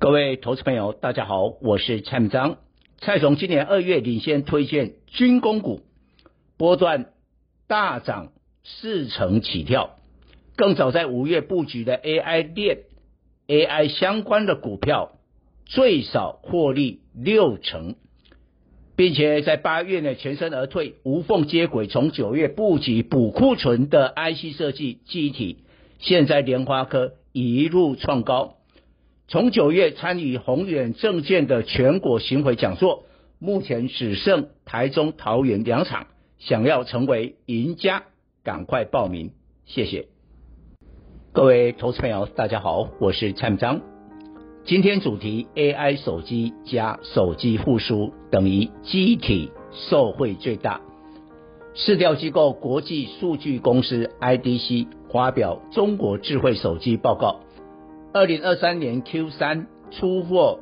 各位投资朋友，大家好，我是蔡明彰。蔡总今年2月领先推荐军工股，波段大涨40%起跳，更早在5月布局的 AI 链、AI 相关的股票，最少获利60%，并且在8月呢全身而退，无缝接轨，从9月布局补库存的 IC 设计记忆体，现在联发科一路创高。从9月参与宏远证券的全国巡回讲座，目前只剩台中、桃园2场，想要成为赢家，赶快报名，谢谢。各位投资朋友，大家好，我是蔡明彰。今天主题 AI 手机加手机复苏等于机体受惠最大。市调机构国际数据公司 IDC 发表中国智慧手机报告，2023年 Q3 出货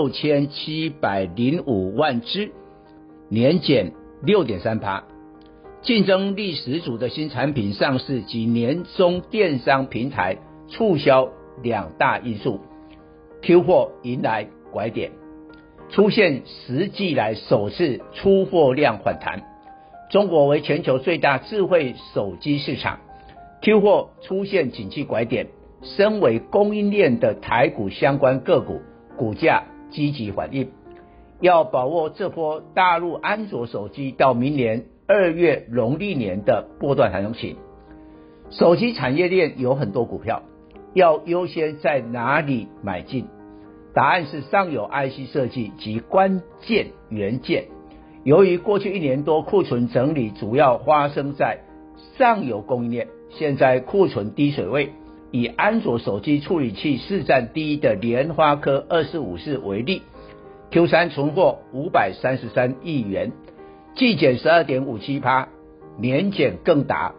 6705万只，年减 6.3%。竞争力十足的新产品上市及年中电商平台促销2大因素 ，Q 货迎来拐点，出现10季来首次出货量反弹。中国为全球最大智慧手机市场 ，Q 货出现景气拐点。身为供应链的台股相关个股股价积极反应，要把握这波大陆安卓手机到明年2月农历年的波段行情。手机产业链有很多股票，要优先在哪里买进？答案是上游 IC 设计及关键元件。由于过去1年多库存整理主要发生在上游供应链，现在库存低水位。以安卓手机处理器市占第一的联发科2454为例， Q3 存货533亿元，季减 12.57%， 年减更达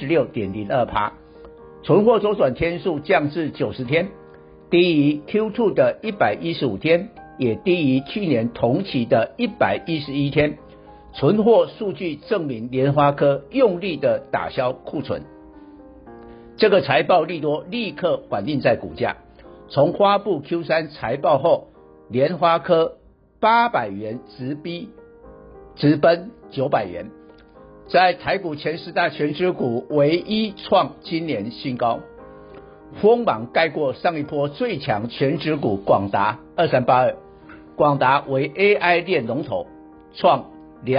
36.02%， 存货周转天数降至90天，低于 Q2 的115天，也低于去年同期的111天。存货数据证明联发科用力的打消库存。这个财报利多立刻反映在股价，从发布 Q3 财报后，联发科800元直奔900元，在台股前10大全指股唯一创今年新高，锋芒盖过上一波最强全指股广达2382，广达为 AI 链龙头，创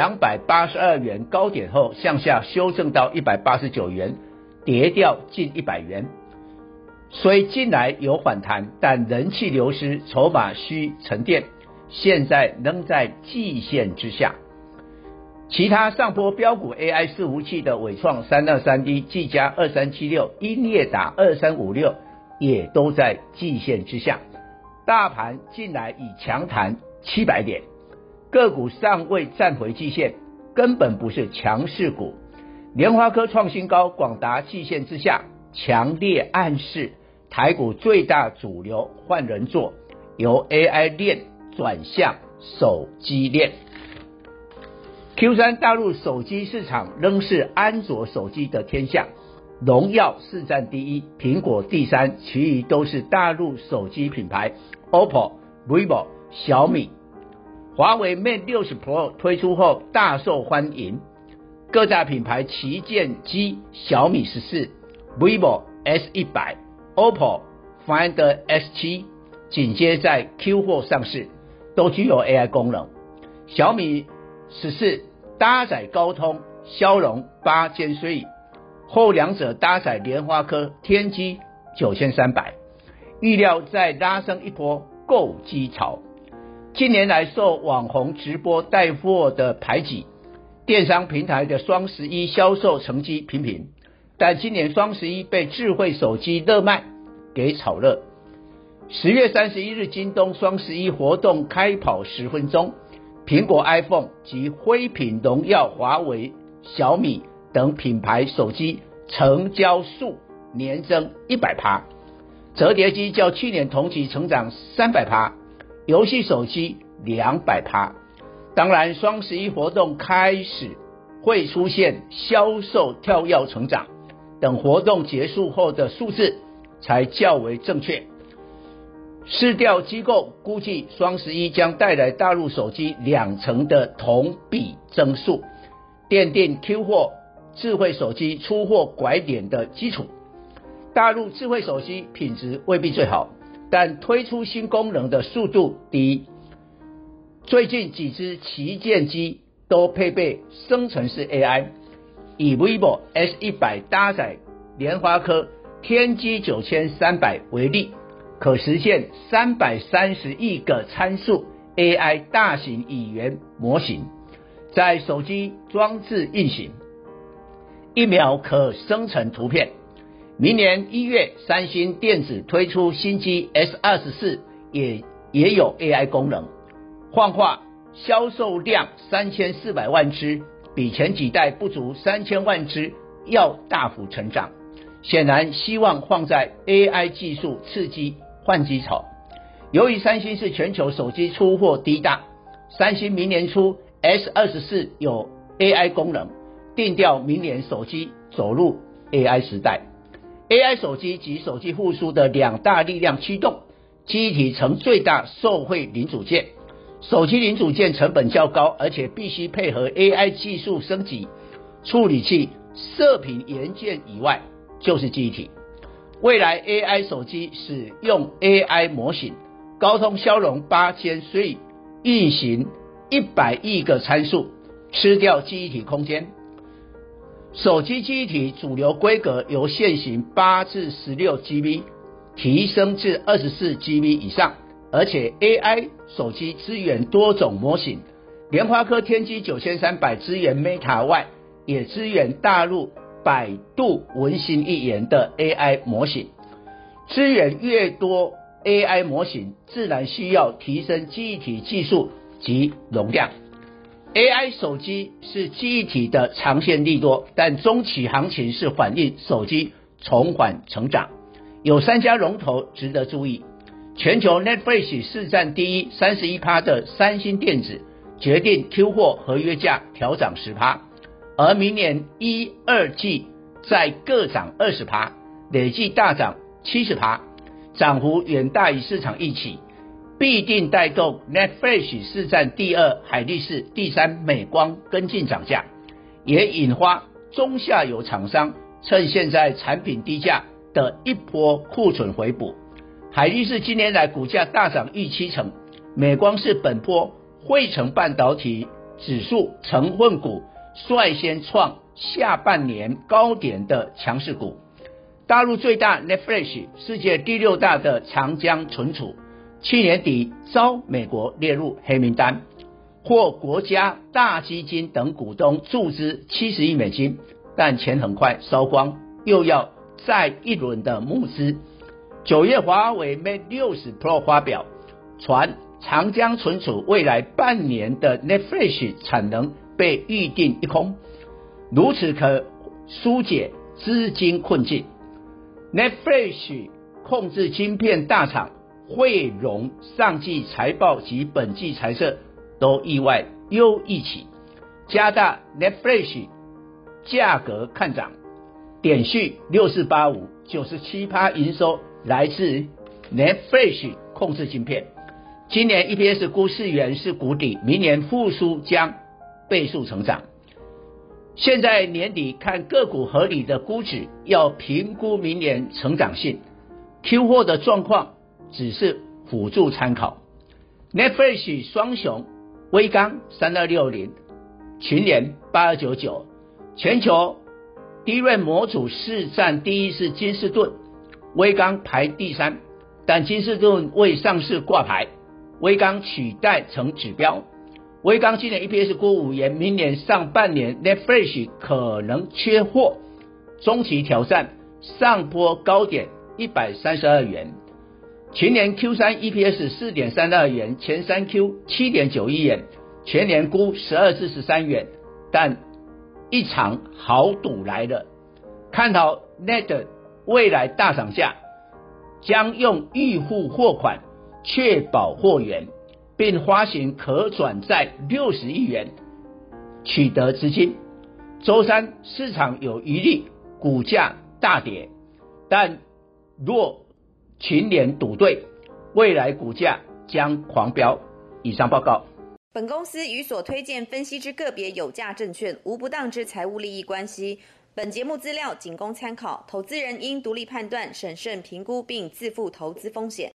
282元高点后向下修正到189元，跌掉近100元，虽近来有反弹，但人气流失，筹码需沉淀，现在仍在季线之下。其他上波标股 AI 伺服器的伟创3231、技嘉2376、英业达2356也都在季线之下。大盘近来已强弹700点，个股尚未站回季线，根本不是强势股。联发科创新高，广达季线之下，强烈暗示台股最大主流换人做，由 AI 链转向手机链。Q3 大陆手机市场仍是安卓手机的天下，荣耀市占第一，苹果第3，其余都是大陆手机品牌 OPPO、vivo、小米。华为 Mate 60 Pro 推出后大受欢迎，各大品牌旗舰机小米14、vivo S100、OPPO Find S7 紧接在 Q 货上市，都具有 AI 功能。小米14搭载高通骁龙8 Gen 3，后两者搭载联发科天玑9300，预料再拉升一波购机潮。近年来受网红直播带货的排挤，电商平台的双11销售成绩平平，但今年双11被智慧手机热卖给炒热。10月31日京东双11活动开跑10分钟，苹果 iPhone 及辉品、荣耀、华为、小米等品牌手机成交数年增 100%， 折叠机较去年同期成长 300%， 游戏手机 200%。当然，双11活动开始会出现销售跳跃成长，等活动结束后的数字才较为正确。 市调机构估计双11将带来大陆手机20%的同比增速，奠定 Q 货智慧手机出货拐点的基础。大陆智慧手机品质未必最好，但推出新功能的速度第一。最近几只旗舰机都配备生成式 AI， 以 vivo S100 搭载联发科天玑9300为例，可实现330亿个参数 AI 大型语言模型，在手机装置运行，1秒可生成图片。明年1月，三星电子推出新机 S24 也有 AI 功能，幻化销售量3400万只，比前几代不足3000万只要大幅成长，显然希望放在 AI 技术刺激换机潮。由于三星是全球手机出货第一大，三星明年初 S24 有 AI 功能，定调明年手机走入 AI 时代。AI 手机及手机复苏的2大力量驱动，记忆体成最大受惠零组件。手机零组件成本较高，而且必须配合 AI 技术升级，处理器、射频元件以外就是记忆体。未来 AI 手机使用 AI 模型，高通骁龙8000所以运行100亿个参数，吃掉记忆体空间。手机记忆体主流规格由现行8至16 GB 提升至24 GB 以上，而且 AI 手机支援多种模型，联发科天玑9300支援 Meta 外，也支援大陆百度文心一言的 AI 模型。支援越多 AI 模型，自然需要提升记忆体技术及容量。AI 手机是记忆体的长线利多，但中期行情是反映手机重返成长。有3家龙头值得注意。全球 Netflix 市占第一 31% 的三星电子决定 Q 货合约价调涨 10%， 而明年1、2季再各涨 20%， 累计大涨 70%， 涨幅远大于市场预期，必定带动 Netflix 市占第2海力士、第3美光跟进涨价，也引发中下游厂商趁现在产品低价的一波库存回补。海力士今年来股价大涨逾70%，美光是本波汇成半导体指数成分股率先创下半年高点的强势股。大陆最大 Netflix， 世界第6大的长江存储，去年底遭美国列入黑名单，获国家大基金等股东注资70亿美金，但钱很快烧光，又要再一轮的募资。9月华为 Mate 60 Pro 发表，传长江存储未来半年的 Netflix 产能被预定一空，如此可疏解资金困境。Netflix 控制晶片大厂汇荣上季财报及本季财测都意外优预期，加大 Netflix 价格看涨，点序6485 97% 营收来自 Netflix 控制晶片。今年 EPS 估4元是谷底，明年复苏将倍数成长。现在年底看个股合理的估值，要评估明年成长性， Q 货的状况只是辅助参考。 Netflix 双雄威刚3260，群联8299，全球DRAM模组市占第一是金士顿，威刚排第3，但金士顿未上市挂牌，威刚取代成指标。威刚今年 EPS 估5元，明年上半年 Netflix 可能缺货，中期挑战上波高点132元。群联 Q3 EPS 4.32元，前3 Q 7.91元，全年估12至13元，但一场豪赌来了，看好 Net 未来大涨价，将用预付货款确保货源，并发行可转债60亿元取得资金。周三市场有余力，股价大跌，但若群联赌对， 未来股价将狂飙。以上报告。 本公司与所推荐分析之个别有价证券无不当之财务利益关系。本节目资料仅供参考，投资人应独立判断、审慎评估并自负投资风险。